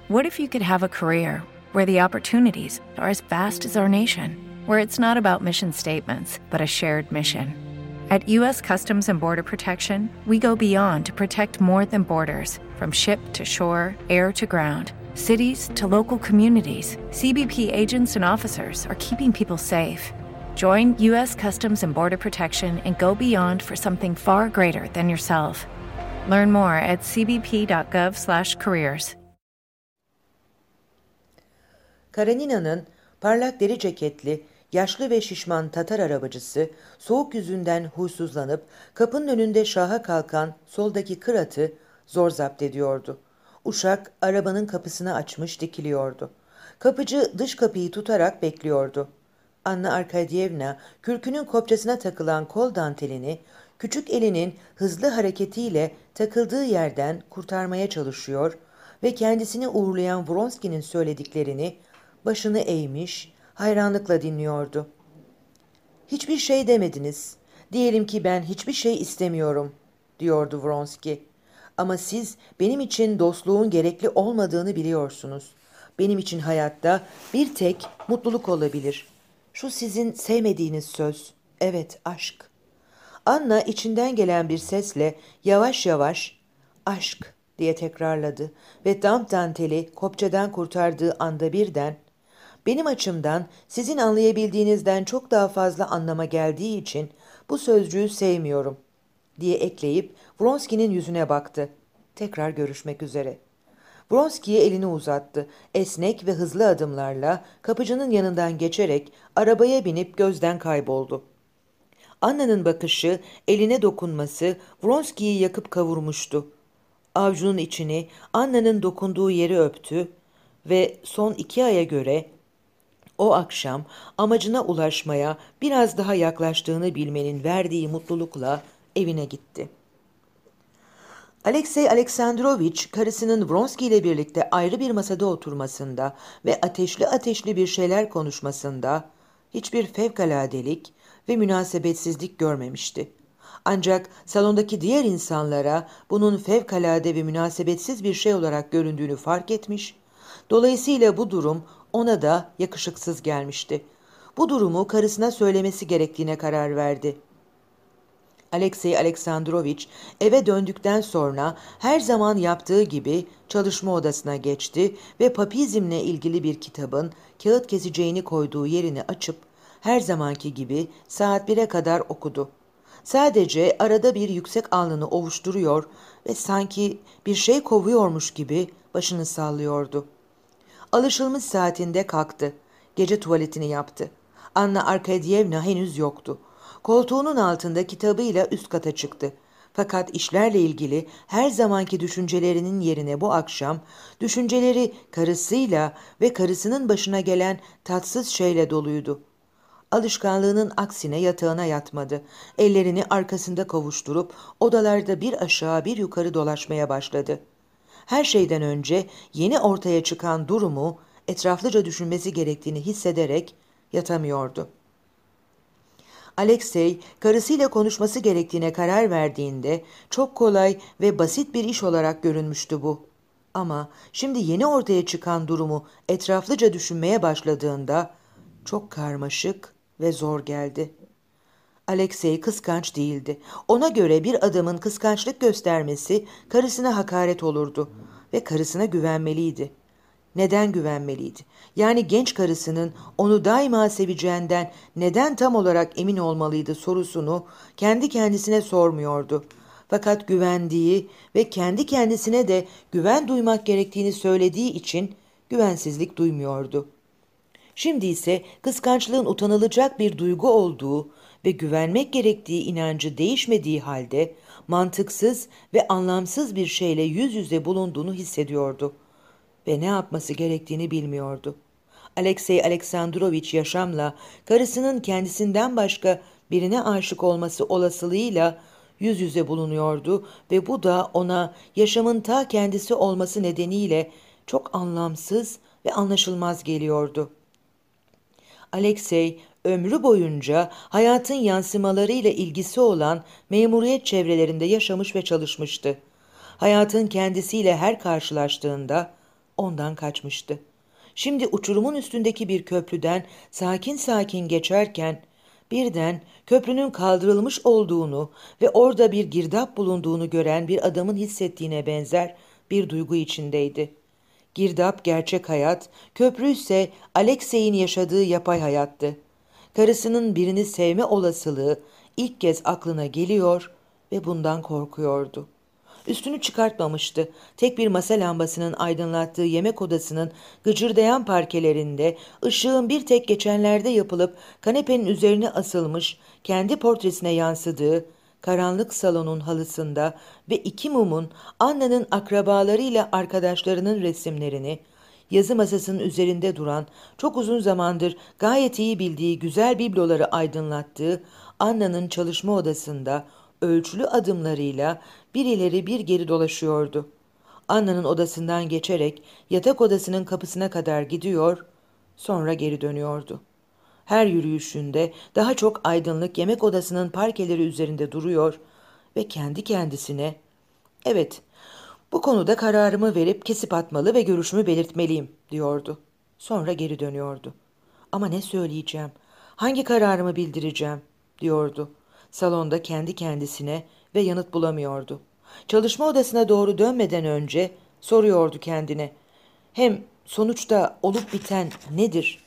What if you could have a career where the opportunities are as vast as our nation, where it's not about mission statements, but a shared mission? At U.S. Customs and Border Protection, we go beyond to protect more than borders. From ship to shore, air to ground, cities to local communities, CBP agents and officers are keeping people safe. Join U.S. Customs and Border Protection and go beyond for something far greater than yourself. Learn more at cbp.gov/careers. Karenina'nın parlak deri ceketli, yaşlı ve şişman Tatar arabacısı soğuk yüzünden huysuzlanıp kapının önünde şaha kalkan soldaki kır atı zor zapt ediyordu. Uşak arabanın kapısını açmış dikiliyordu. Kapıcı dış kapıyı tutarak bekliyordu. Anna Arkadyevna kürkünün kopçasına takılan kol dantelini küçük elinin hızlı hareketiyle takıldığı yerden kurtarmaya çalışıyor ve kendisini uğurlayan Vronski'nin söylediklerini başını eğmiş, hayranlıkla dinliyordu. "Hiçbir şey demediniz. Diyelim ki ben hiçbir şey istemiyorum," diyordu Vronski. "Ama siz benim için dostluğun gerekli olmadığını biliyorsunuz. Benim için hayatta bir tek mutluluk olabilir. Şu sizin sevmediğiniz söz. Evet, aşk." Anna içinden gelen bir sesle yavaş yavaş "aşk" diye tekrarladı ve danteli kopçadan kurtardığı anda birden "Benim açımdan sizin anlayabildiğinizden çok daha fazla anlama geldiği için bu sözcüğü sevmiyorum," diye ekleyip Vronski'nin yüzüne baktı. "Tekrar görüşmek üzere." Vronski'ye elini uzattı. Esnek ve hızlı adımlarla kapıcının yanından geçerek arabaya binip gözden kayboldu. Anna'nın bakışı, eline dokunması Vronski'yi yakıp kavurmuştu. Avcunun içini Anna'nın dokunduğu yeri öptü ve son 2 aya göre o akşam amacına ulaşmaya biraz daha yaklaştığını bilmenin verdiği mutlulukla evine gitti. Alexey Alexandrovich karısının Vronski ile birlikte ayrı bir masada oturmasında ve ateşli bir şeyler konuşmasında hiçbir fevkaladelik ve münasebetsizlik görmemişti. Ancak salondaki diğer insanlara bunun fevkalade ve münasebetsiz bir şey olarak göründüğünü fark etmiş, dolayısıyla bu durum ona da yakışıksız gelmişti. Bu durumu karısına söylemesi gerektiğine karar verdi. Alexey Alexandrovich eve döndükten sonra her zaman yaptığı gibi çalışma odasına geçti ve papizmle ilgili bir kitabın kağıt keseceğini koyduğu yerini açıp her zamanki gibi saat 1'e kadar okudu. Sadece arada bir yüksek alnını ovuşturuyor ve sanki bir şey kovuyormuş gibi başını sallıyordu. Alışılmış saatinde kalktı. Gece tuvaletini yaptı. Anna Arkadyevna henüz yoktu. Koltuğunun altında kitabıyla üst kata çıktı. Fakat işlerle ilgili her zamanki düşüncelerinin yerine bu akşam düşünceleri karısıyla ve karısının başına gelen tatsız şeyle doluydu. Alışkanlığının aksine yatağına yatmadı. Ellerini arkasında kavuşturup odalarda bir aşağı bir yukarı dolaşmaya başladı. Her şeyden önce yeni ortaya çıkan durumu etraflıca düşünmesi gerektiğini hissederek yatamıyordu. Alexey, karısıyla konuşması gerektiğine karar verdiğinde çok kolay ve basit bir iş olarak görünmüştü bu. Ama şimdi yeni ortaya çıkan durumu etraflıca düşünmeye başladığında çok karmaşık ve zor geldi. Alexey kıskanç değildi. Ona göre bir adamın kıskançlık göstermesi karısına hakaret olurdu ve karısına güvenmeliydi. Neden güvenmeliydi? Yani genç karısının onu daima seveceğinden neden tam olarak emin olmalıydı sorusunu kendi kendisine sormuyordu. Fakat güvendiği ve kendi kendisine de güven duymak gerektiğini söylediği için güvensizlik duymuyordu. Şimdi ise kıskançlığın utanılacak bir duygu olduğu ve güvenmek gerektiği inancı değişmediği halde mantıksız ve anlamsız bir şeyle yüz yüze bulunduğunu hissediyordu ve ne yapması gerektiğini bilmiyordu. Alexey Alexandrovich yaşamla karısının kendisinden başka birine aşık olması olasılığıyla yüz yüze bulunuyordu ve bu da ona yaşamın ta kendisi olması nedeniyle çok anlamsız ve anlaşılmaz geliyordu. Alexey ömrü boyunca hayatın yansımalarıyla ilgisi olan memuriyet çevrelerinde yaşamış ve çalışmıştı. Hayatın kendisiyle her karşılaştığında ondan kaçmıştı. Şimdi uçurumun üstündeki bir köprüden sakin sakin geçerken birden köprünün kaldırılmış olduğunu ve orada bir girdap bulunduğunu gören bir adamın hissettiğine benzer bir duygu içindeydi. Girdap gerçek hayat, köprü ise Alexey'in yaşadığı yapay hayattı. Karısının birini sevme olasılığı ilk kez aklına geliyor ve bundan korkuyordu. Üstünü çıkartmamıştı. Tek bir masa lambasının aydınlattığı yemek odasının gıcırdayan parkelerinde, ışığın bir tek geçenlerde yapılıp kanepenin üzerine asılmış, kendi portresine yansıdığı, karanlık salonun halısında ve iki mumun Anna'nın akrabalarıyla arkadaşlarının resimlerini, yazı masasının üzerinde duran, çok uzun zamandır gayet iyi bildiği güzel bibloları aydınlattığı Anna'nın çalışma odasında ölçülü adımlarıyla bir ileri bir geri dolaşıyordu. Anna'nın odasından geçerek yatak odasının kapısına kadar gidiyor, sonra geri dönüyordu. Her yürüyüşünde daha çok aydınlık yemek odasının parkeleri üzerinde duruyor ve kendi kendisine, "Evet, bu konuda kararımı verip kesip atmalı ve görüşümü belirtmeliyim," diyordu. Sonra geri dönüyordu. "Ama ne söyleyeceğim, hangi kararımı bildireceğim?" diyordu. Salonda kendi kendisine ve yanıt bulamıyordu. Çalışma odasına doğru dönmeden önce soruyordu kendine. Hem sonuçta olup biten nedir?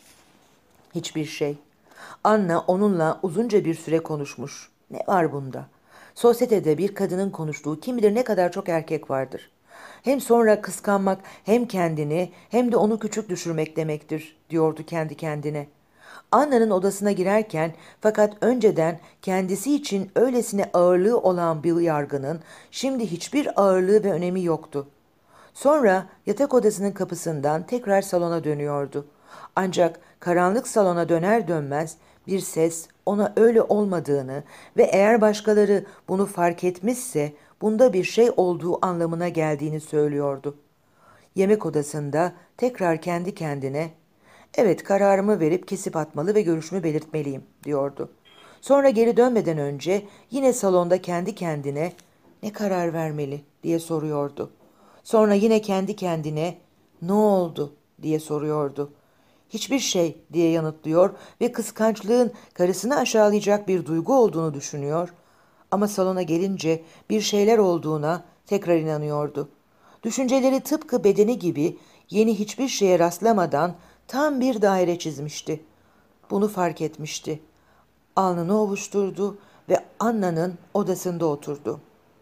Hiçbir şey. Anna onunla uzunca bir süre konuşmuş. Ne var bunda? Sosyetede bir kadının konuştuğu kim bilir ne kadar çok erkek vardır. Hem sonra kıskanmak hem kendini hem de onu küçük düşürmek demektir, diyordu kendi kendine. Anna'nın odasına girerken fakat önceden kendisi için öylesine ağırlığı olan bir yargının şimdi hiçbir ağırlığı ve önemi yoktu. Sonra yatak odasının kapısından tekrar salona dönüyordu. Ancak karanlık salona döner dönmez bir ses ona öyle olmadığını ve eğer başkaları bunu fark etmişse bunda bir şey olduğu anlamına geldiğini söylüyordu. Yemek odasında tekrar kendi kendine, "Evet, kararımı verip kesip atmalı ve görüşümü belirtmeliyim," diyordu. Sonra geri dönmeden önce yine salonda kendi kendine, "Ne karar vermeli?" diye soruyordu. Sonra yine kendi kendine, "Ne oldu?" diye soruyordu. "Hiçbir şey," diye yanıtlıyor ve kıskançlığın karısını aşağılayacak bir duygu olduğunu düşünüyor. Ama salona gelince bir şeyler olduğuna tekrar inanıyordu. Düşünceleri tıpkı bedeni gibi yeni hiçbir şeye rastlamadan tam bir daire çizmişti. Bunu fark etmişti. Alnını ovuşturdu ve Anna'nın odasında oturdu.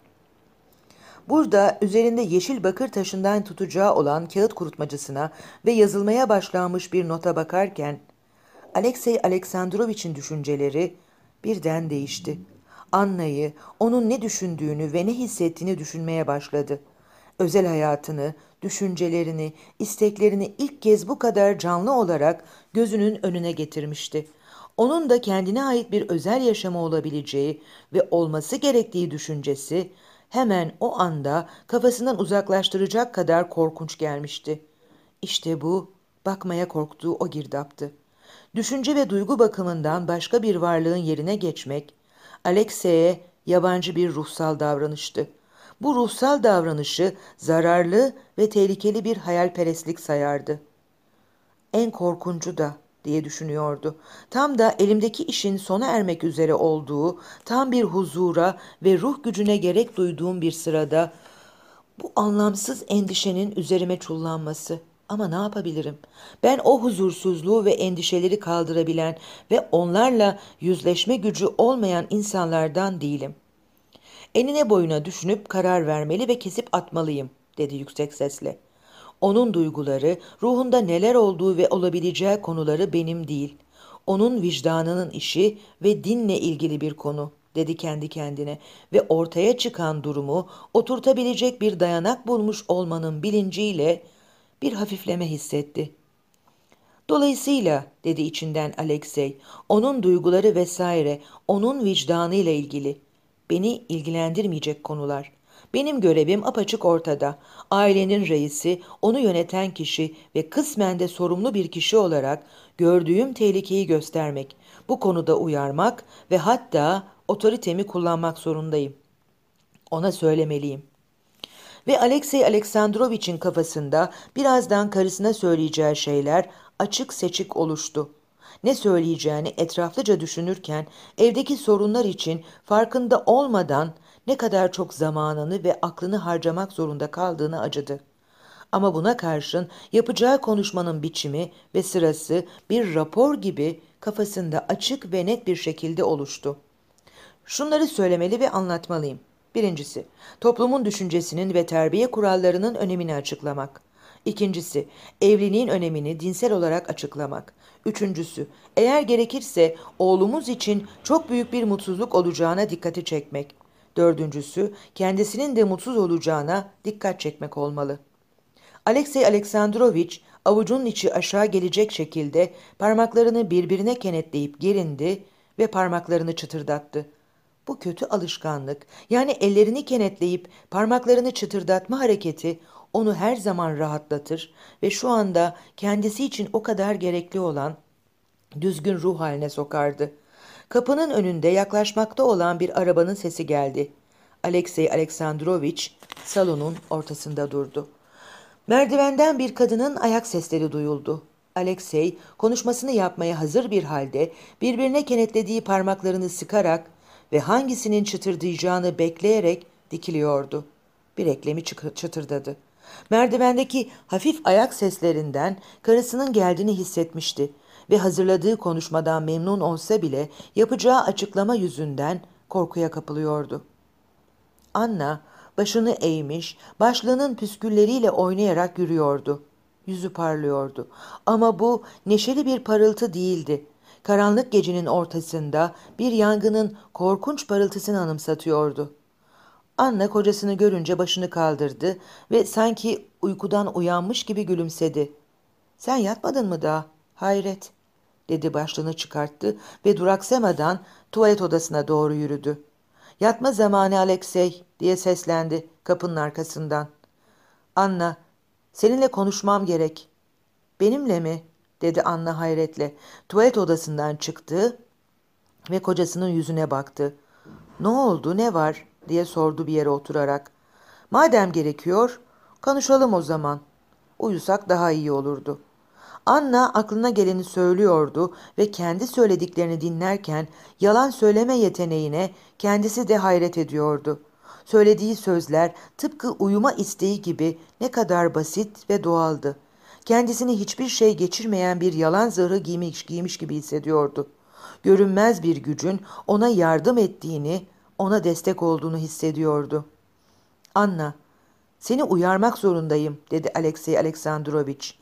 Burada üzerinde yeşil bakır taşından tutacağı olan kağıt kurutmacısına ve yazılmaya başlanmış bir nota bakarken Alexey Aleksandroviç'in düşünceleri birden değişti. Anna'yı, onun ne düşündüğünü ve ne hissettiğini düşünmeye başladı. Özel hayatını, düşüncelerini, isteklerini ilk kez bu kadar canlı olarak gözünün önüne getirmişti. Onun da kendine ait bir özel yaşamı olabileceği ve olması gerektiği düşüncesi hemen o anda kafasından uzaklaştıracak kadar korkunç gelmişti. İşte bu, bakmaya korktuğu o girdaptı. Düşünce ve duygu bakımından başka bir varlığın yerine geçmek, Alexey'e yabancı bir ruhsal davranıştı. Bu ruhsal davranışı zararlı ve tehlikeli bir hayalperestlik sayardı. En korkuncu da diye düşünüyordu. Tam da elimdeki işin sona ermek üzere olduğu, tam bir huzura ve ruh gücüne gerek duyduğum bir sırada bu anlamsız endişenin üzerime çullanması. Ama ne yapabilirim? Ben o huzursuzluğu ve endişeleri kaldırabilen ve onlarla yüzleşme gücü olmayan insanlardan değilim. Enine boyuna düşünüp karar vermeli ve kesip atmalıyım, dedi yüksek sesle. Onun duyguları, ruhunda neler olduğu ve olabileceği konuları benim değil. Onun vicdanının işi ve dinle ilgili bir konu, dedi kendi kendine ve ortaya çıkan durumu oturtabilecek bir dayanak bulmuş olmanın bilinciyle bir hafifleme hissetti. Dolayısıyla, dedi içinden Alexey, onun duyguları vesaire, onun vicdanıyla ilgili. Beni ilgilendirmeyecek konular. Benim görevim apaçık ortada. Ailenin reisi, onu yöneten kişi ve kısmen de sorumlu bir kişi olarak gördüğüm tehlikeyi göstermek, bu konuda uyarmak ve hatta otoritemi kullanmak zorundayım. Ona söylemeliyim. Ve Alexey Aleksandroviç'in kafasında birazdan karısına söyleyeceği şeyler açık seçik oluştu. Ne söyleyeceğini etraflıca düşünürken evdeki sorunlar için farkında olmadan ne kadar çok zamanını ve aklını harcamak zorunda kaldığını acıdı. Ama buna karşın yapacağı konuşmanın biçimi ve sırası bir rapor gibi kafasında açık ve net bir şekilde oluştu. Şunları söylemeli ve anlatmalıyım. Birincisi, toplumun düşüncesinin ve terbiye kurallarının önemini açıklamak. İkincisi, evliliğin önemini dinsel olarak açıklamak. Üçüncüsü, eğer gerekirse oğlumuz için çok büyük bir mutsuzluk olacağına dikkati çekmek. Dördüncüsü, kendisinin de mutsuz olacağına dikkat çekmek olmalı. Alexey Aleksandroviç avucunun içi aşağı gelecek şekilde parmaklarını birbirine kenetleyip gerindi ve parmaklarını çıtırdattı. Bu kötü alışkanlık, yani ellerini kenetleyip parmaklarını çıtırdatma hareketi onu her zaman rahatlatır ve şu anda kendisi için o kadar gerekli olan düzgün ruh haline sokardı. Kapının önünde yaklaşmakta olan bir arabanın sesi geldi. Alexey Aleksandroviç salonun ortasında durdu. Merdivenden bir kadının ayak sesleri duyuldu. Alexey konuşmasını yapmaya hazır bir halde birbirine kenetlediği parmaklarını sıkarak ve hangisinin çıtırdayacağını bekleyerek dikiliyordu. Bir eklemi çıtırdadı. Merdivendeki hafif ayak seslerinden karısının geldiğini hissetmişti ve hazırladığı konuşmadan memnun olsa bile yapacağı açıklama yüzünden korkuya kapılıyordu. Anna başını eğmiş, başlığının püskülleriyle oynayarak yürüyordu. Yüzü parlıyordu. Ama bu neşeli bir parıltı değildi. Karanlık gecenin ortasında bir yangının korkunç parıltısını anımsatıyordu. Anna kocasını görünce başını kaldırdı ve sanki uykudan uyanmış gibi gülümsedi. "Sen yatmadın mı daha? Hayret," dedi, başlığını çıkarttı ve duraksamadan tuvalet odasına doğru yürüdü. "Yatma zamanı Alexey," diye seslendi kapının arkasından. "Anna, seninle konuşmam gerek." "Benimle mi?" dedi Anna hayretle. Tuvalet odasından çıktı ve kocasının yüzüne baktı. "Ne oldu, ne var?" diye sordu bir yere oturarak. "Madem gerekiyor, konuşalım o zaman. Uyusak daha iyi olurdu." Anna aklına geleni söylüyordu ve kendi söylediklerini dinlerken yalan söyleme yeteneğine kendisi de hayret ediyordu. Söylediği sözler tıpkı uyuma isteği gibi ne kadar basit ve doğaldı. Kendisini hiçbir şey geçirmeyen bir yalan zırhı giymiş gibi hissediyordu. Görünmez bir gücün ona yardım ettiğini, ona destek olduğunu hissediyordu. "Anna, seni uyarmak zorundayım," dedi Alexey Aleksandroviç.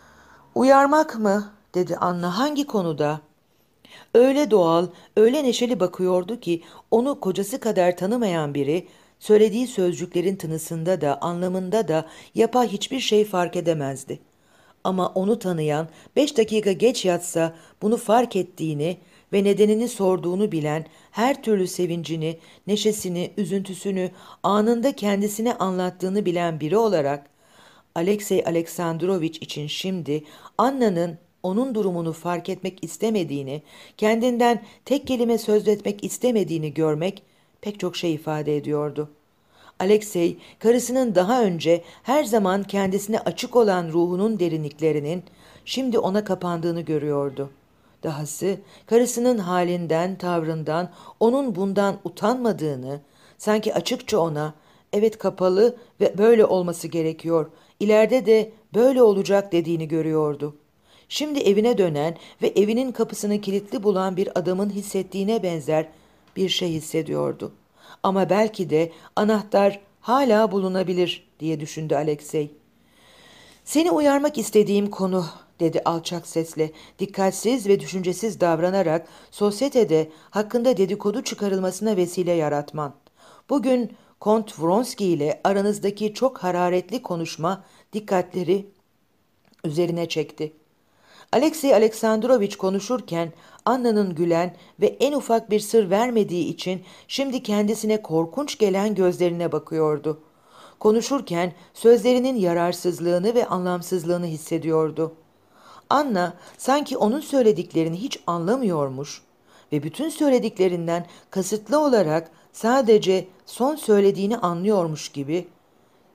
"Uyarmak mı?" dedi Anna. "Hangi konuda?" Öyle doğal, öyle neşeli bakıyordu ki onu kocası kadar tanımayan biri söylediği sözcüklerin tınısında da anlamında da yapay hiçbir şey fark edemezdi. Ama onu tanıyan 5 dakika geç yatsa bunu fark ettiğini ve nedenini sorduğunu bilen, her türlü sevincini, neşesini, üzüntüsünü anında kendisine anlattığını bilen biri olarak Alexey Aleksandroviç için şimdi Anna'nın onun durumunu fark etmek istemediğini, kendinden tek kelime söz etmek istemediğini görmek pek çok şey ifade ediyordu. Alexey, karısının daha önce her zaman kendisine açık olan ruhunun derinliklerinin şimdi ona kapandığını görüyordu. Dahası karısının halinden, tavrından, onun bundan utanmadığını, sanki açıkça ona, "Evet, kapalı ve böyle olması gerekiyor, ileride de böyle olacak," dediğini görüyordu. Şimdi evine dönen ve evinin kapısını kilitli bulan bir adamın hissettiğine benzer bir şey hissediyordu. Ama belki de anahtar hala bulunabilir diye düşündü Alexey. "Seni uyarmak istediğim konu," dedi alçak sesle, dikkatsiz ve düşüncesiz davranarak sosyetede hakkında dedikodu çıkarılmasına vesile yaratman. "Bugün Kont Vronsky ile aranızdaki çok hararetli konuşma dikkatleri üzerine çekti." Alexey Aleksandroviç konuşurken Anna'nın gülen ve en ufak bir sır vermediği için şimdi kendisine korkunç gelen gözlerine bakıyordu. Konuşurken sözlerinin yararsızlığını ve anlamsızlığını hissediyordu. Anna sanki onun söylediklerini hiç anlamıyormuş ve bütün söylediklerinden kasıtlı olarak sadece son söylediğini anlıyormuş gibi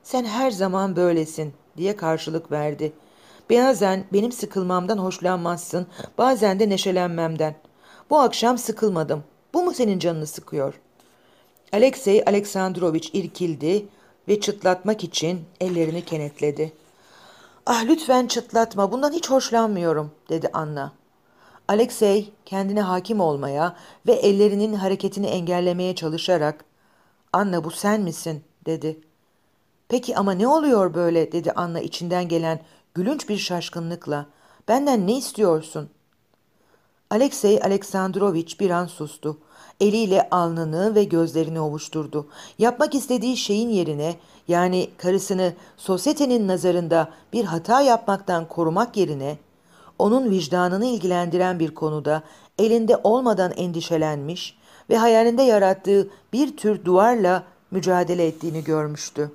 Sen her zaman böylesin diye karşılık verdi. Bazen benim sıkılmamdan hoşlanmazsın, bazen de neşelenmemden. Bu akşam sıkılmadım. Bu mu senin canını sıkıyor? Alexey Aleksandrovich irkildi ve çıtlatmak için ellerini kenetledi. Ah lütfen çıtlatma, bundan hiç hoşlanmıyorum, dedi Anna. Alexey kendine hakim olmaya ve ellerinin hareketini engellemeye çalışarak, Anna bu sen misin, dedi. Peki ama ne oluyor böyle, dedi Anna içinden gelen gülünç bir şaşkınlıkla. Benden ne istiyorsun? Alexey Aleksandrovich bir an sustu. Eliyle alnını ve gözlerini ovuşturdu. Yapmak istediği şeyin yerine, yani karısını sosyetenin nazarında bir hata yapmaktan korumak yerine, onun vicdanını ilgilendiren bir konuda elinde olmadan endişelenmiş ve hayalinde yarattığı bir tür duvarla mücadele ettiğini görmüştü.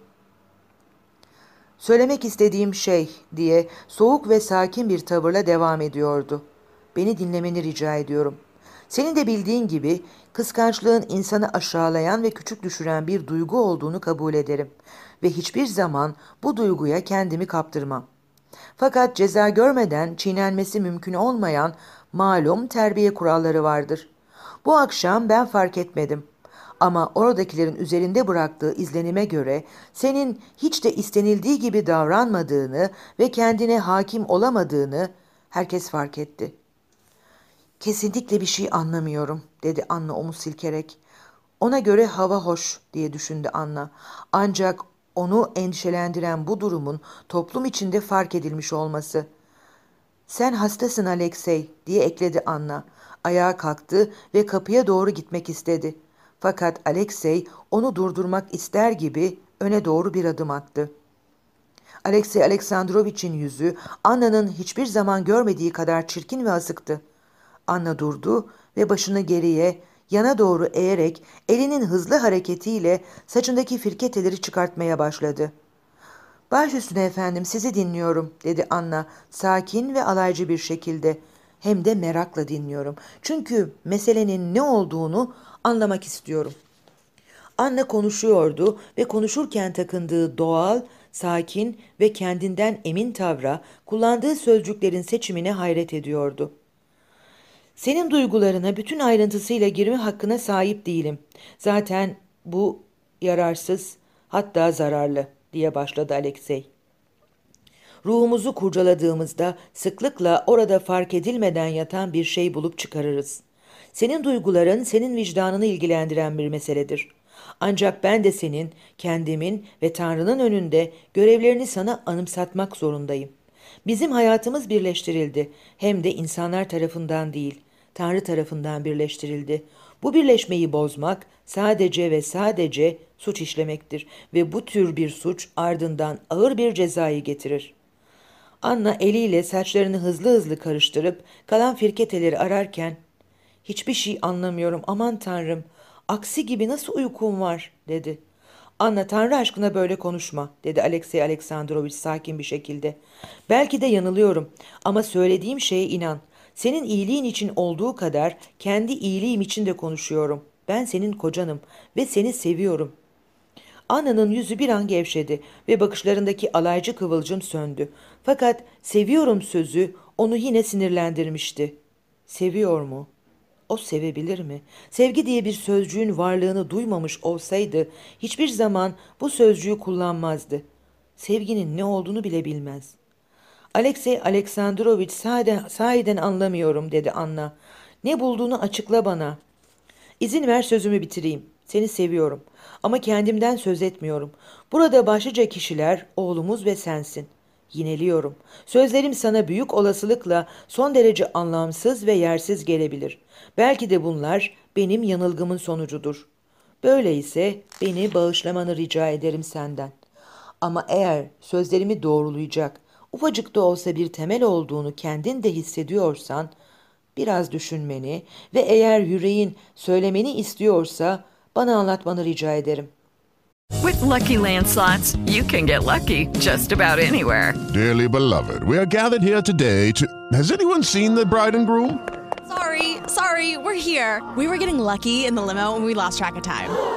Söylemek istediğim şey diye soğuk ve sakin bir tavırla devam ediyordu. Beni dinlemeni rica ediyorum. Senin de bildiğin gibi kıskançlığın insanı aşağılayan ve küçük düşüren bir duygu olduğunu kabul ederim ve hiçbir zaman bu duyguya kendimi kaptırmam. Fakat ceza görmeden çiğnenmesi mümkün olmayan malum terbiye kuralları vardır. Bu akşam ben fark etmedim. Ama oradakilerin üzerinde bıraktığı izlenime göre senin hiç de istenildiği gibi davranmadığını ve kendine hakim olamadığını herkes fark etti. Kesinlikle bir şey anlamıyorum, dedi Anna omuz silkerek. Ona göre hava hoş diye düşündü Anna. Ancak onu endişelendiren bu durumun toplum içinde fark edilmiş olması. Sen hastasın Alexey diye ekledi Anna. Ayağa kalktı ve kapıya doğru gitmek istedi. Fakat Alexey onu durdurmak ister gibi öne doğru bir adım attı. Alexey Aleksandrovich'in yüzü Anna'nın hiçbir zaman görmediği kadar çirkin ve asıktı. Anna durdu ve başını geriye, yana doğru eğerek elinin hızlı hareketiyle saçındaki firketeleri çıkartmaya başladı. "Baş üstüne efendim, sizi dinliyorum," dedi Anna sakin ve alaycı bir şekilde. "Hem de merakla dinliyorum. Çünkü meselenin ne olduğunu anlamak istiyorum." Anna konuşuyordu ve konuşurken takındığı doğal, sakin ve kendinden emin tavra, kullandığı sözcüklerin seçimine hayret ediyordu. "Senin duygularına bütün ayrıntısıyla girme hakkına sahip değilim. Zaten bu yararsız, hatta zararlı," diye başladı Alexey. "Ruhumuzu kurcaladığımızda sıklıkla orada fark edilmeden yatan bir şey bulup çıkarırız. Senin duyguların senin vicdanını ilgilendiren bir meseledir. Ancak ben de senin, kendimin ve Tanrı'nın önünde görevlerini sana anımsatmak zorundayım. Bizim hayatımız birleştirildi. Hem de insanlar tarafından değil, Tanrı tarafından birleştirildi. Bu birleşmeyi bozmak sadece ve sadece suç işlemektir ve bu tür bir suç ardından ağır bir cezayı getirir." Anna eliyle saçlarını hızlı hızlı karıştırıp kalan firketeleri ararken, "Hiçbir şey anlamıyorum, aman Tanrım, aksi gibi nasıl uykum var," dedi. "Anna, Tanrı aşkına böyle konuşma," dedi Alexey Aleksandrovich sakin bir şekilde. "Belki de yanılıyorum ama söylediğim şeye inan. Senin iyiliğin için olduğu kadar kendi iyiliğim için de konuşuyorum. Ben senin kocanım ve seni seviyorum." Anna'nın yüzü bir an gevşedi ve bakışlarındaki alaycı kıvılcım söndü. Fakat "seviyorum" sözü onu yine sinirlendirmişti. Seviyor mu? O sevebilir mi? Sevgi diye bir sözcüğün varlığını duymamış olsaydı hiçbir zaman bu sözcüğü kullanmazdı. Sevginin ne olduğunu bile bilmez. "Alexey Aleksandrovich, sahiden anlamıyorum," dedi Anna. "Ne bulduğunu açıkla bana." "İzin ver sözümü bitireyim. Seni seviyorum. Ama kendimden söz etmiyorum. Burada başlıca kişiler oğlumuz ve sensin. Yineliyorum. Sözlerim sana büyük olasılıkla son derece anlamsız ve yersiz gelebilir. Belki de bunlar benim yanılgımın sonucudur. Böyleyse beni bağışlamanı rica ederim senden. Ama eğer sözlerimi doğrulayacak, ufacık da olsa bir temel olduğunu kendin de hissediyorsan, biraz düşünmeni ve eğer yüreğin söylemeni istiyorsa bana anlatmanı rica ederim." With Lucky Land Slots, you can get lucky just about anywhere. Dearly beloved, we are gathered here today to... Has anyone seen the bride and groom? Sorry, we're here. We were getting lucky in the limo and we lost track of time.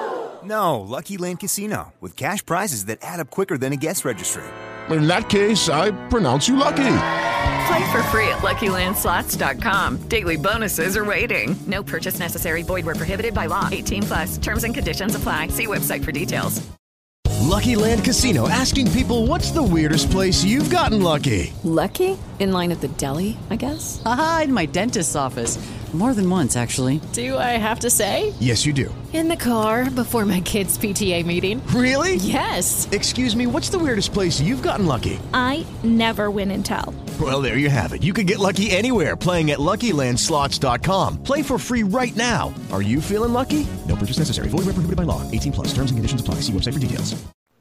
No, Lucky Land Casino, with cash prizes that add up quicker than a guest registry. In that case, I pronounce you lucky. Play for free at LuckyLandSlots.com. Daily bonuses are waiting. No purchase necessary. Void where prohibited by law. 18 plus. Terms and conditions apply. See website for details. Lucky Land Casino, asking people, what's the weirdest place you've gotten lucky? Lucky? In line at the deli, I guess? Aha, in my dentist's office. More than once, actually. Do I have to say? Yes, you do. In the car before my kids' PTA meeting. Really? Yes. Excuse me, what's the weirdest place you've gotten lucky? I never win and tell. Well, there you have it. You can get lucky anywhere, playing at LuckyLandSlots.com. Play for free right now. Are you feeling lucky? No purchase necessary. Void where prohibited by law. 18 plus. Terms and conditions apply. See website for details.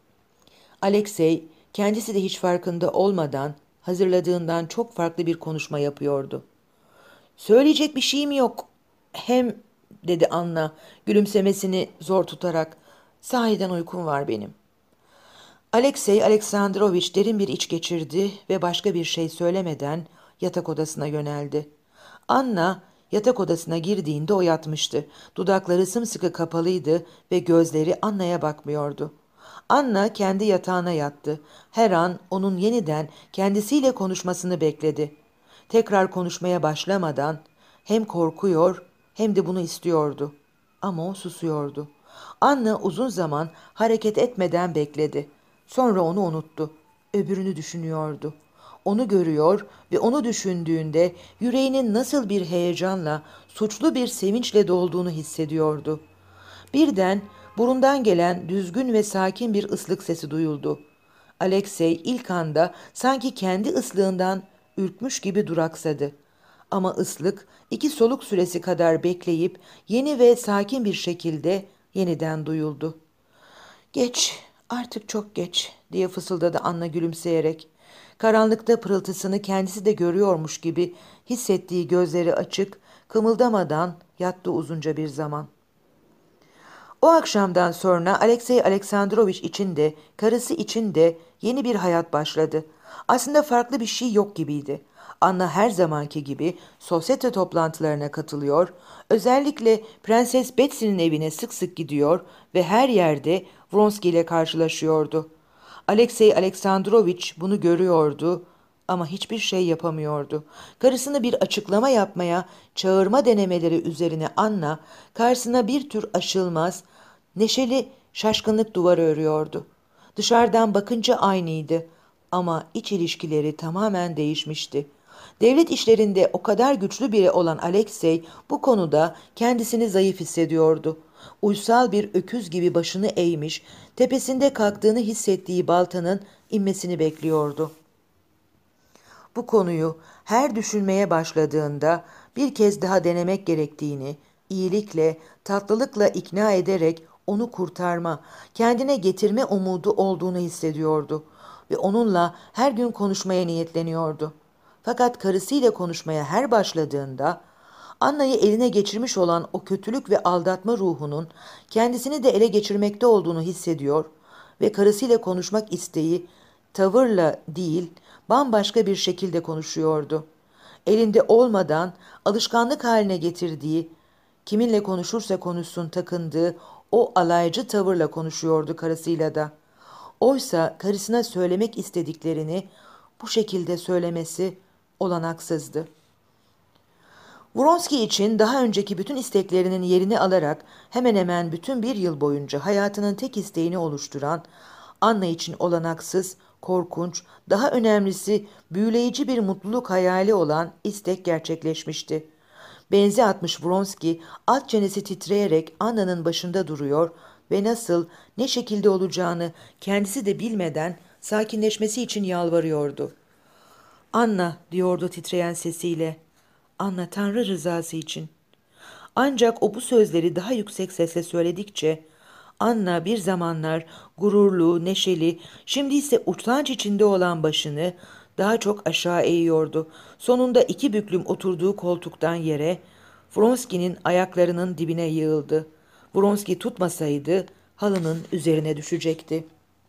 Alexey kendisi de hiç farkında olmadan hazırladığından çok farklı bir konuşma yapıyordu. Söyleyecek bir şeyim yok. Hem dedi Anna gülümsemesini zor tutarak. Sahiden uykum var benim. Alexey Aleksandrovich derin bir iç geçirdi ve başka bir şey söylemeden yatak odasına yöneldi. Anna yatak odasına girdiğinde o yatmıştı. Dudakları sımsıkı kapalıydı ve gözleri Anna'ya bakmıyordu. Anna kendi yatağına yattı. Her an onun yeniden kendisiyle konuşmasını bekledi. Tekrar konuşmaya başlamadan hem korkuyor hem de bunu istiyordu. Ama o susuyordu. Anna uzun zaman hareket etmeden bekledi. Sonra onu unuttu. Öbürünü düşünüyordu. Onu görüyor ve onu düşündüğünde yüreğinin nasıl bir heyecanla, suçlu bir sevinçle dolduğunu hissediyordu. Birden burundan gelen düzgün ve sakin bir ıslık sesi duyuldu. Alexey ilk anda sanki kendi ıslığından ürkmüş gibi duraksadı. Ama ıslık 2 soluk süresi kadar bekleyip yeni ve sakin bir şekilde yeniden duyuldu. "Geç, artık çok geç," diye fısıldadı Anna gülümseyerek. Karanlıkta pırıltısını kendisi de görüyormuş gibi hissettiği gözleri açık, kımıldamadan yattı uzunca bir zaman. O akşamdan sonra Alexey Aleksandrovich için de, karısı için de yeni bir hayat başladı. Aslında farklı bir şey yok gibiydi. Anna her zamanki gibi sosyete toplantılarına katılıyor, özellikle Prenses Betsy'nin evine sık sık gidiyor ve her yerde Vronsky ile karşılaşıyordu. Alexey Aleksandrovich bunu görüyordu ama hiçbir şey yapamıyordu. Karısını bir açıklama yapmaya çağırma denemeleri üzerine Anna karşısına bir tür aşılmaz, neşeli şaşkınlık duvarı örüyordu. Dışarıdan bakınca aynıydı ama iç ilişkileri tamamen değişmişti. Devlet işlerinde o kadar güçlü biri olan Alexey bu konuda kendisini zayıf hissediyordu. Uysal bir öküz gibi başını eğmiş, tepesinde kalktığını hissettiği baltanın inmesini bekliyordu. Bu konuyu her düşünmeye başladığında bir kez daha denemek gerektiğini, iyilikle, tatlılıkla ikna ederek onu kurtarma, kendine getirme umudu olduğunu hissediyordu ve onunla her gün konuşmaya niyetleniyordu. Fakat karısıyla konuşmaya her başladığında Anna'yı eline geçirmiş olan o kötülük ve aldatma ruhunun kendisini de ele geçirmekte olduğunu hissediyor ve karısıyla konuşmak isteği tavırla değil bambaşka bir şekilde konuşuyordu. Elinde olmadan alışkanlık haline getirdiği, kiminle konuşursa konuşsun takındığı o alaycı tavırla konuşuyordu karısıyla da. Oysa karısına söylemek istediklerini bu şekilde söylemesi olanaksızdı. Vronsky için daha önceki bütün isteklerinin yerini alarak hemen hemen bütün bir yıl boyunca hayatının tek isteğini oluşturan, Anna için olanaksız, korkunç, daha önemlisi büyüleyici bir mutluluk hayali olan istek gerçekleşmişti. Benzi atmış Vronsky, alt çenesi titreyerek Anna'nın başında duruyor ve nasıl, ne şekilde olacağını kendisi de bilmeden sakinleşmesi için yalvarıyordu. "Anna," diyordu titreyen sesiyle. "Anna, Tanrı rızası için." Ancak o bu sözleri daha yüksek sesle söyledikçe Anna bir zamanlar gururlu, neşeli, şimdi ise utanç içinde olan başını daha çok aşağı eğiyordu. Sonunda 2 büklüm oturduğu koltuktan yere Vronsky'nin ayaklarının dibine yığıldı. Vronsky tutmasaydı halının üzerine düşecekti.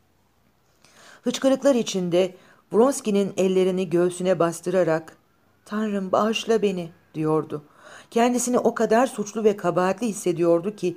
Hıçkırıklar içinde Vronsky'nin ellerini göğsüne bastırarak "Tanrım bağışla beni," diyordu. Kendisini o kadar suçlu ve kabahatli hissediyordu ki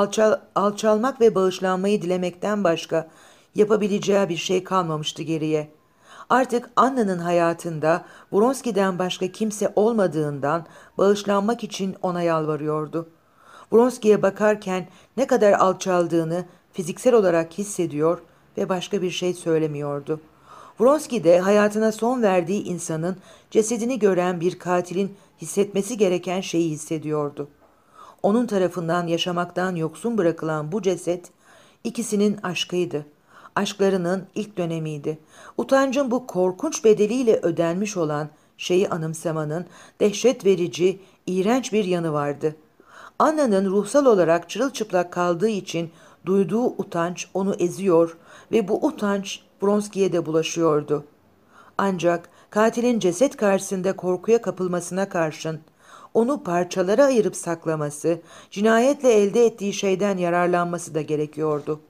alçalmak ve bağışlanmayı dilemekten başka yapabileceği bir şey kalmamıştı geriye. Artık Anna'nın hayatında Vronski'den başka kimse olmadığından bağışlanmak için ona yalvarıyordu. Vronski'ye bakarken ne kadar alçaldığını fiziksel olarak hissediyor ve başka bir şey söylemiyordu. Vronski de hayatına son verdiği insanın cesedini gören bir katilin hissetmesi gereken şeyi hissediyordu. Onun tarafından yaşamaktan yoksun bırakılan bu ceset ikisinin aşkıydı. Aşklarının ilk dönemiydi. Utancın bu korkunç bedeliyle ödenmiş olan şeyi anımsamanın dehşet verici, iğrenç bir yanı vardı. Anna'nın ruhsal olarak çırılçıplak kaldığı için duyduğu utanç onu eziyor ve bu utanç Vronski'ye de bulaşıyordu. Ancak katilin ceset karşısında korkuya kapılmasına karşın onu parçalara ayırıp saklaması, cinayetle elde ettiği şeyden yararlanması da gerekiyordu.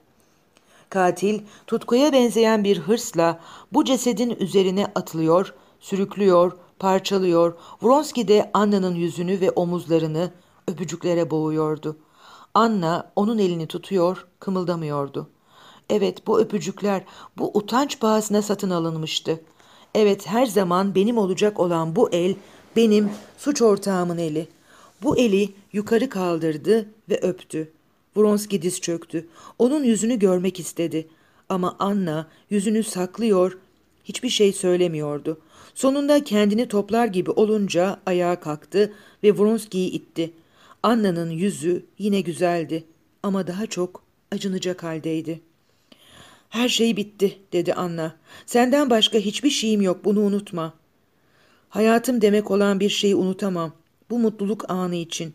Katil, tutkuya benzeyen bir hırsla bu cesedin üzerine atılıyor, sürüklüyor, parçalıyor. Vronski de Anna'nın yüzünü ve omuzlarını öpücüklere boğuyordu. Anna onun elini tutuyor, kımıldamıyordu. Evet, bu öpücükler bu utanç pahasına satın alınmıştı. Evet, her zaman benim olacak olan bu el, benim suç ortağımın eli. Bu eli yukarı kaldırdı ve öptü. Vronski diz çöktü. Onun yüzünü görmek istedi. Ama Anna yüzünü saklıyor, hiçbir şey söylemiyordu. Sonunda kendini toplar gibi olunca ayağa kalktı ve Vronski'yi itti. Anna'nın yüzü yine güzeldi ama daha çok acınacak haldeydi. "Her şey bitti," dedi Anna. "Senden başka hiçbir şeyim yok, bunu unutma." "Hayatım demek olan bir şeyi unutamam, bu mutluluk anı için."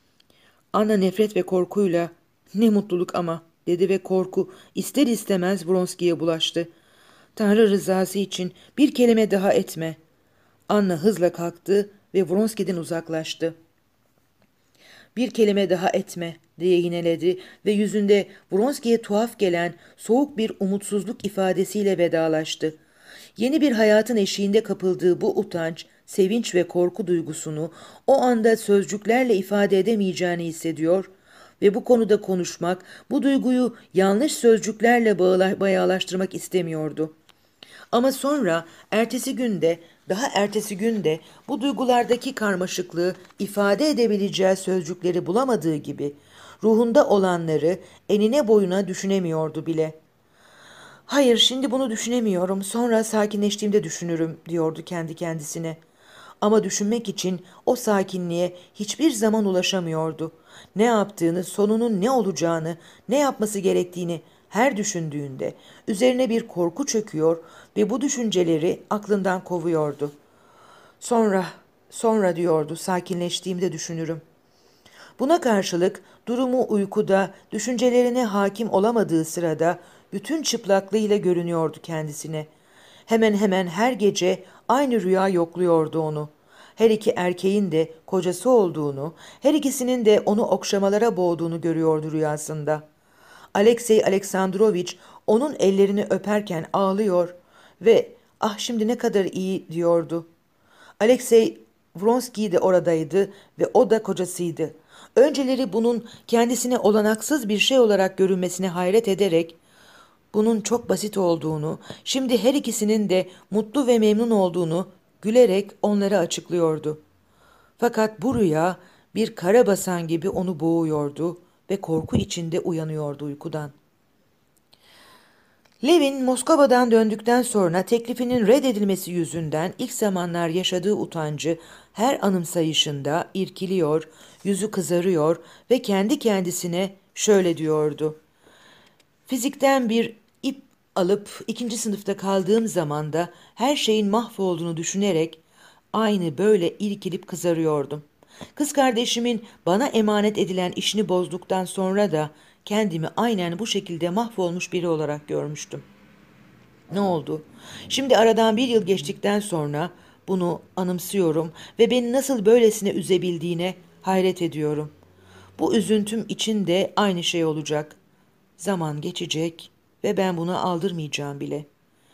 Anna nefret ve korkuyla, "Ne mutluluk ama," dedi ve korku ister istemez Vronski'ye bulaştı. "Tanrı rızası için bir kelime daha etme." Anna hızla kalktı ve Vronski'den uzaklaştı. "Bir kelime daha etme," diye yineledi ve yüzünde Vronski'ye tuhaf gelen soğuk bir umutsuzluk ifadesiyle vedalaştı. Yeni bir hayatın eşiğinde kapıldığı bu utanç, sevinç ve korku duygusunu o anda sözcüklerle ifade edemeyeceğini hissediyor ve bu konuda konuşmak, bu duyguyu yanlış sözcüklerle bayağılaştırmak istemiyordu. Ama sonra daha ertesi günde bu duygulardaki karmaşıklığı ifade edebileceği sözcükleri bulamadığı gibi ruhunda olanları enine boyuna düşünemiyordu bile. "Hayır, şimdi bunu düşünemiyorum, sonra sakinleştiğimde düşünürüm," diyordu kendi kendisine. Ama düşünmek için o sakinliğe hiçbir zaman ulaşamıyordu. Ne yaptığını, sonunun ne olacağını, ne yapması gerektiğini her düşündüğünde üzerine bir korku çöküyor ve bu düşünceleri aklından kovuyordu. Sonra diyordu, "sakinleştiğimde düşünürüm." Buna karşılık durumu uykuda, düşüncelerine hakim olamadığı sırada bütün çıplaklığıyla görünüyordu kendisine. Hemen hemen her gece aynı rüya yokluyordu onu. Her iki erkeğin de kocası olduğunu, her ikisinin de onu okşamalara boğduğunu görüyordu rüyasında. Alexey Aleksandrovich onun ellerini öperken ağlıyor ve "Ah, şimdi ne kadar iyi," diyordu. Alexey Vronski de oradaydı ve o da kocasıydı. Önceleri bunun kendisine olanaksız bir şey olarak görünmesine hayret ederek bunun çok basit olduğunu, şimdi her ikisinin de mutlu ve memnun olduğunu gülerek onlara açıklıyordu. Fakat bu rüya bir kara basan gibi onu boğuyordu ve korku içinde uyanıyordu uykudan. Levin Moskova'dan döndükten sonra teklifinin reddedilmesi yüzünden ilk zamanlar yaşadığı utancı her anımsayışında irkiliyor, yüzü kızarıyor ve kendi kendisine şöyle diyordu: "Fizikten bir ip alıp 2. sınıfta kaldığım zaman da her şeyin mahvolduğunu düşünerek aynı böyle irkilip kızarıyordum. Kız kardeşimin bana emanet edilen işini bozduktan sonra da kendimi aynen bu şekilde mahvolmuş biri olarak görmüştüm. Ne oldu? Şimdi aradan 1 yıl geçtikten sonra bunu anımsıyorum ve beni nasıl böylesine üzebildiğine hayret ediyorum. Bu üzüntüm için de aynı şey olacak. Zaman geçecek ve ben buna aldırmayacağım bile.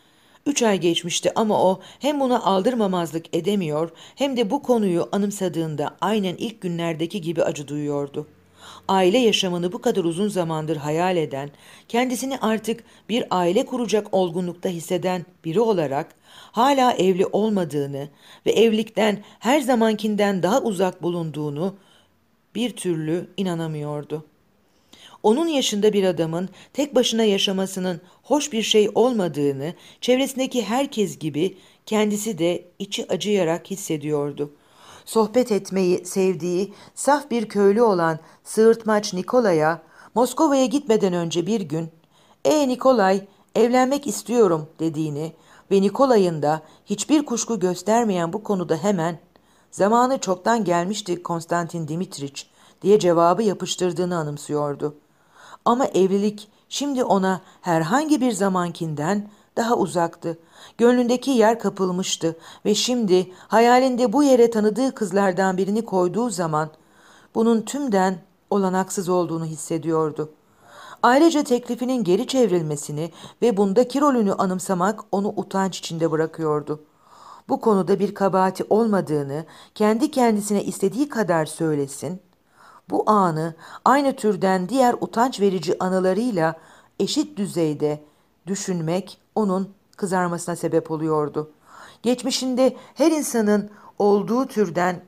3 ay geçmişti ama o hem buna aldırmamazlık edemiyor hem de bu konuyu anımsadığında aynen ilk günlerdeki gibi acı duyuyordu. Aile yaşamını bu kadar uzun zamandır hayal eden, kendisini artık bir aile kuracak olgunlukta hisseden biri olarak hala evli olmadığını ve evlilikten her zamankinden daha uzak bulunduğunu bir türlü inanamıyordu. Onun yaşında bir adamın tek başına yaşamasının hoş bir şey olmadığını çevresindeki herkes gibi kendisi de içi acıyarak hissediyordu. Sohbet etmeyi sevdiği saf bir köylü olan sığırtmaç Nikolay'a Moskova'ya gitmeden önce bir gün Nikolay, evlenmek istiyorum" dediğini ve Nikolay'ın da hiçbir kuşku göstermeyen bu konuda hemen "Zamanı çoktan gelmişti Konstantin Dimitriç" diye cevabı yapıştırdığını anımsıyordu. Ama evlilik şimdi ona herhangi bir zamankinden daha uzaktı. Gönlündeki yer kapılmıştı ve şimdi hayalinde bu yere tanıdığı kızlardan birini koyduğu zaman bunun tümden olanaksız olduğunu hissediyordu. Ayrıca teklifinin geri çevrilmesini ve bundaki rolünü anımsamak onu utanç içinde bırakıyordu. Bu konuda bir kabahati olmadığını kendi kendisine istediği kadar söylesin, bu anı aynı türden diğer utanç verici anılarıyla eşit düzeyde düşünmek onun kızarmasına sebep oluyordu. Geçmişinde her insanın olduğu türden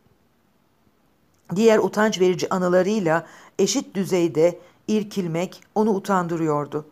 diğer utanç verici anılarıyla eşit düzeyde irkilmek onu utandırıyordu.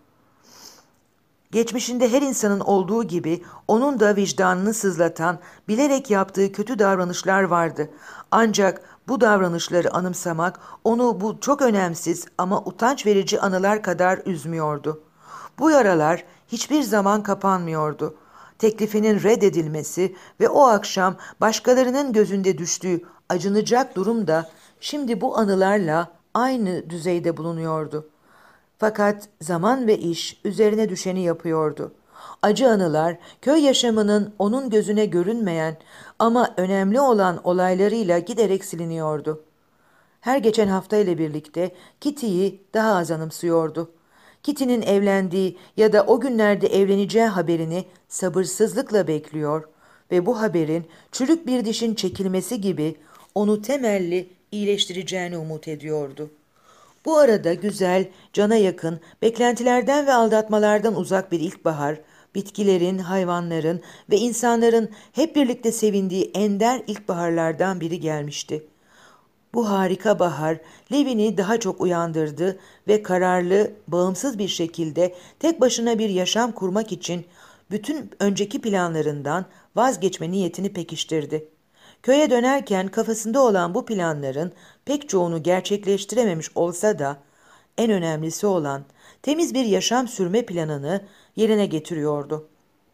Geçmişinde her insanın olduğu gibi onun da vicdanını sızlatan, bilerek yaptığı kötü davranışlar vardı. Ancak bu davranışları anımsamak onu bu çok önemsiz ama utanç verici anılar kadar üzmüyordu. Bu yaralar hiçbir zaman kapanmıyordu. Teklifinin reddedilmesi ve o akşam başkalarının gözünde düştüğü acınacak durum da şimdi bu anılarla aynı düzeyde bulunuyordu. Fakat zaman ve iş üzerine düşeni yapıyordu. Acı anılar, köy yaşamının onun gözüne görünmeyen ama önemli olan olaylarıyla giderek siliniyordu. Her geçen hafta ile birlikte Kitty'yi daha az anımsıyordu. Kitty'nin evlendiği ya da o günlerde evleneceği haberini sabırsızlıkla bekliyor ve bu haberin çürük bir dişin çekilmesi gibi onu temelli iyileştireceğini umut ediyordu. Bu arada güzel, cana yakın, beklentilerden ve aldatmalardan uzak bir ilkbahar, bitkilerin, hayvanların ve insanların hep birlikte sevindiği ender ilkbaharlardan biri gelmişti. Bu harika bahar, Levin'i daha çok uyandırdı ve kararlı, bağımsız bir şekilde tek başına bir yaşam kurmak için bütün önceki planlarından vazgeçme niyetini pekiştirdi. Köye dönerken kafasında olan bu planların pek çoğunu gerçekleştirememiş olsa da en önemlisi olan temiz bir yaşam sürme planını yerine getiriyordu.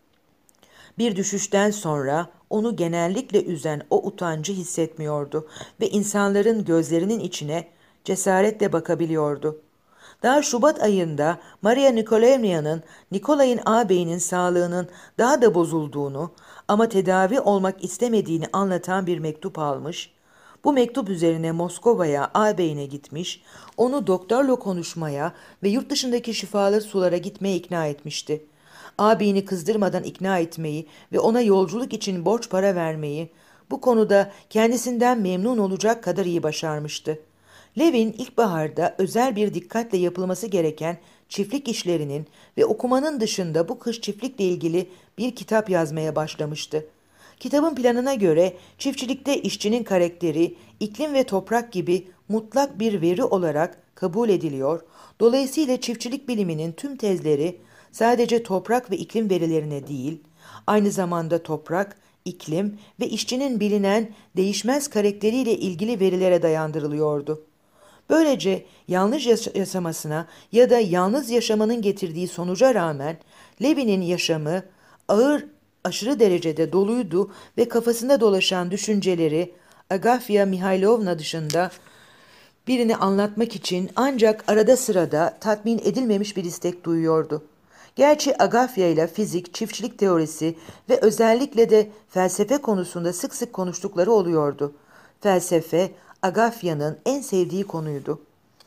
Bir düşüşten sonra onu genellikle üzen o utancı hissetmiyordu ve insanların gözlerinin içine cesaretle bakabiliyordu. Daha Şubat ayında Maria Nikolaevna'nın Nikolay'ın ağabeyinin sağlığının daha da bozulduğunu ama tedavi olmak istemediğini anlatan bir mektup almış, bu mektup üzerine Moskova'ya ağabeyine gitmiş, onu doktorla konuşmaya ve yurt dışındaki şifalı sulara gitmeye ikna etmişti. Ağabeyini kızdırmadan ikna etmeyi ve ona yolculuk için borç para vermeyi bu konuda kendisinden memnun olacak kadar iyi başarmıştı. Levin ilkbaharda özel bir dikkatle yapılması gereken çiftlik işlerinin ve okumanın dışında bu kış çiftlikle ilgili bir kitap yazmaya başlamıştı. Kitabın planına göre çiftçilikte işçinin karakteri, iklim ve toprak gibi mutlak bir veri olarak kabul ediliyor, dolayısıyla çiftçilik biliminin tüm tezleri sadece toprak ve iklim verilerine değil, aynı zamanda toprak, iklim ve işçinin bilinen değişmez karakteriyle ilgili verilere dayandırılıyordu. Böylece yanlış yaşamasına ya da yalnız yaşamanın getirdiği sonuca rağmen Levin'in yaşamı aşırı derecede doluydu ve kafasında dolaşan düşünceleri Agafya Mihailovna dışında birini anlatmak için ancak arada sırada tatmin edilmemiş bir istek duyuyordu. Gerçi Agafya ile fizik, çiftçilik teorisi ve özellikle de felsefe konusunda sık sık konuştukları oluyordu. Felsefe, Agafya'nın en sevdiği konuydu.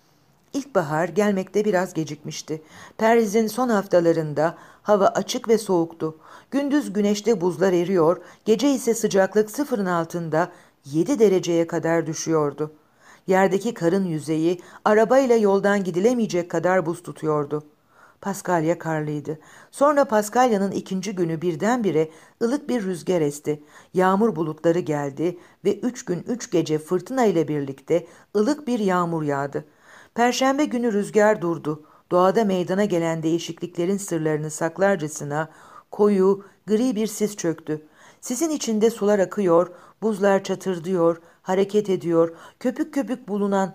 İlkbahar gelmekte biraz gecikmişti. Paris'in son haftalarında hava açık ve soğuktu. Gündüz güneşte buzlar eriyor, gece ise sıcaklık sıfırın altında 7 dereceye kadar düşüyordu. Yerdeki karın yüzeyi arabayla yoldan gidilemeyecek kadar buz tutuyordu. Paskalya karlıydı. Sonra Paskalya'nın ikinci günü birdenbire ılık bir rüzgar esti. Yağmur bulutları geldi ve 3 gün 3 gece fırtına ile birlikte ılık bir yağmur yağdı. Perşembe günü rüzgar durdu. Doğada meydana gelen değişikliklerin sırlarını saklarcasına koyu, gri bir sis çöktü. Sisin içinde sular akıyor, buzlar çatırdıyor, hareket ediyor, köpük köpük bulunan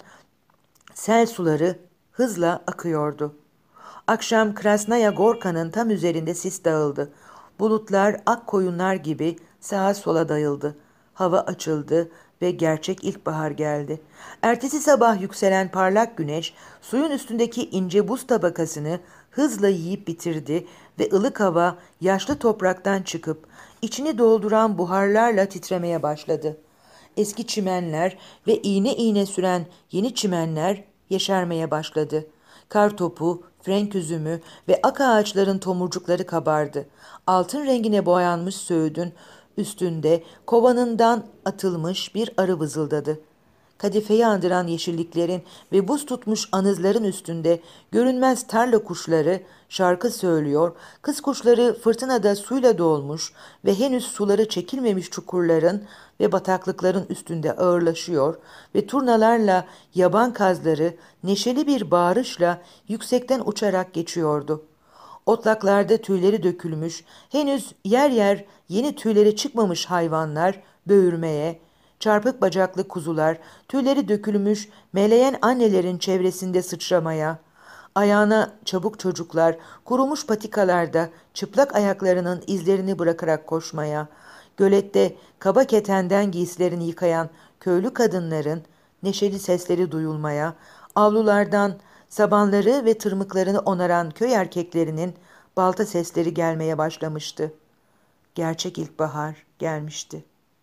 sel suları hızla akıyordu. Akşam Krasnaya Gorka'nın tam üzerinde sis dağıldı. Bulutlar ak koyunlar gibi sağa sola dayıldı. Hava açıldı ve gerçek ilkbahar geldi. Ertesi sabah yükselen parlak güneş suyun üstündeki ince buz tabakasını hızla yiyip bitirdi ve ılık hava yaşlı topraktan çıkıp içini dolduran buharlarla titremeye başladı. Eski çimenler ve iğne iğne süren yeni çimenler yeşermeye başladı. Kartopu, frenk üzümü ve ak ağaçların tomurcukları kabardı. Altın rengine boyanmış söğüdün üstünde kovanından atılmış bir arı vızıldadı. Kadifeyi andıran yeşilliklerin ve buz tutmuş anızların üstünde görünmez tarla kuşları şarkı söylüyor, kız kuşları fırtınada suyla dolmuş ve henüz suları çekilmemiş çukurların ve bataklıkların üstünde ağırlaşıyor ve turnalarla yaban kazları neşeli bir bağırışla yüksekten uçarak geçiyordu. Otlaklarda tüyleri dökülmüş, henüz yer yer yeni tüyleri çıkmamış hayvanlar böğürmeye, çarpık bacaklı kuzular, tüyleri dökülmüş meleyen annelerin çevresinde sıçramaya, ayağına çabuk çocuklar kurumuş patikalarda çıplak ayaklarının izlerini bırakarak koşmaya, gölette kaba ketenden giysilerini yıkayan köylü kadınların neşeli sesleri duyulmaya, avlulardan sabanları ve tırmıklarını onaran köy erkeklerinin balta sesleri gelmeye başlamıştı. Gerçek ilkbahar gelmişti.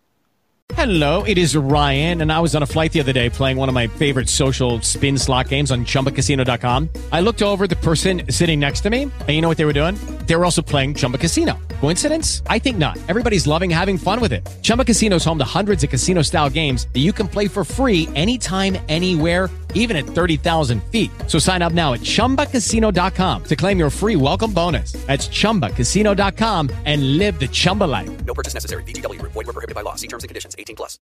Hello, it is Ryan, and I was on a flight the other day playing one of my favorite social spin slot games on ChumbaCasino.com. I looked over at the person sitting next to me, and you know what they were doing? They were also playing Chumba Casino. Coincidence? I think not. Everybody's loving having fun with it. Chumba Casino is home to hundreds of casino-style games that you can play for free anytime, anywhere, even at 30,000 feet. So sign up now at ChumbaCasino.com to claim your free welcome bonus. That's ChumbaCasino.com and live the Chumba life. No purchase necessary. VGW. Void where prohibited by law. See terms and conditions. 18+.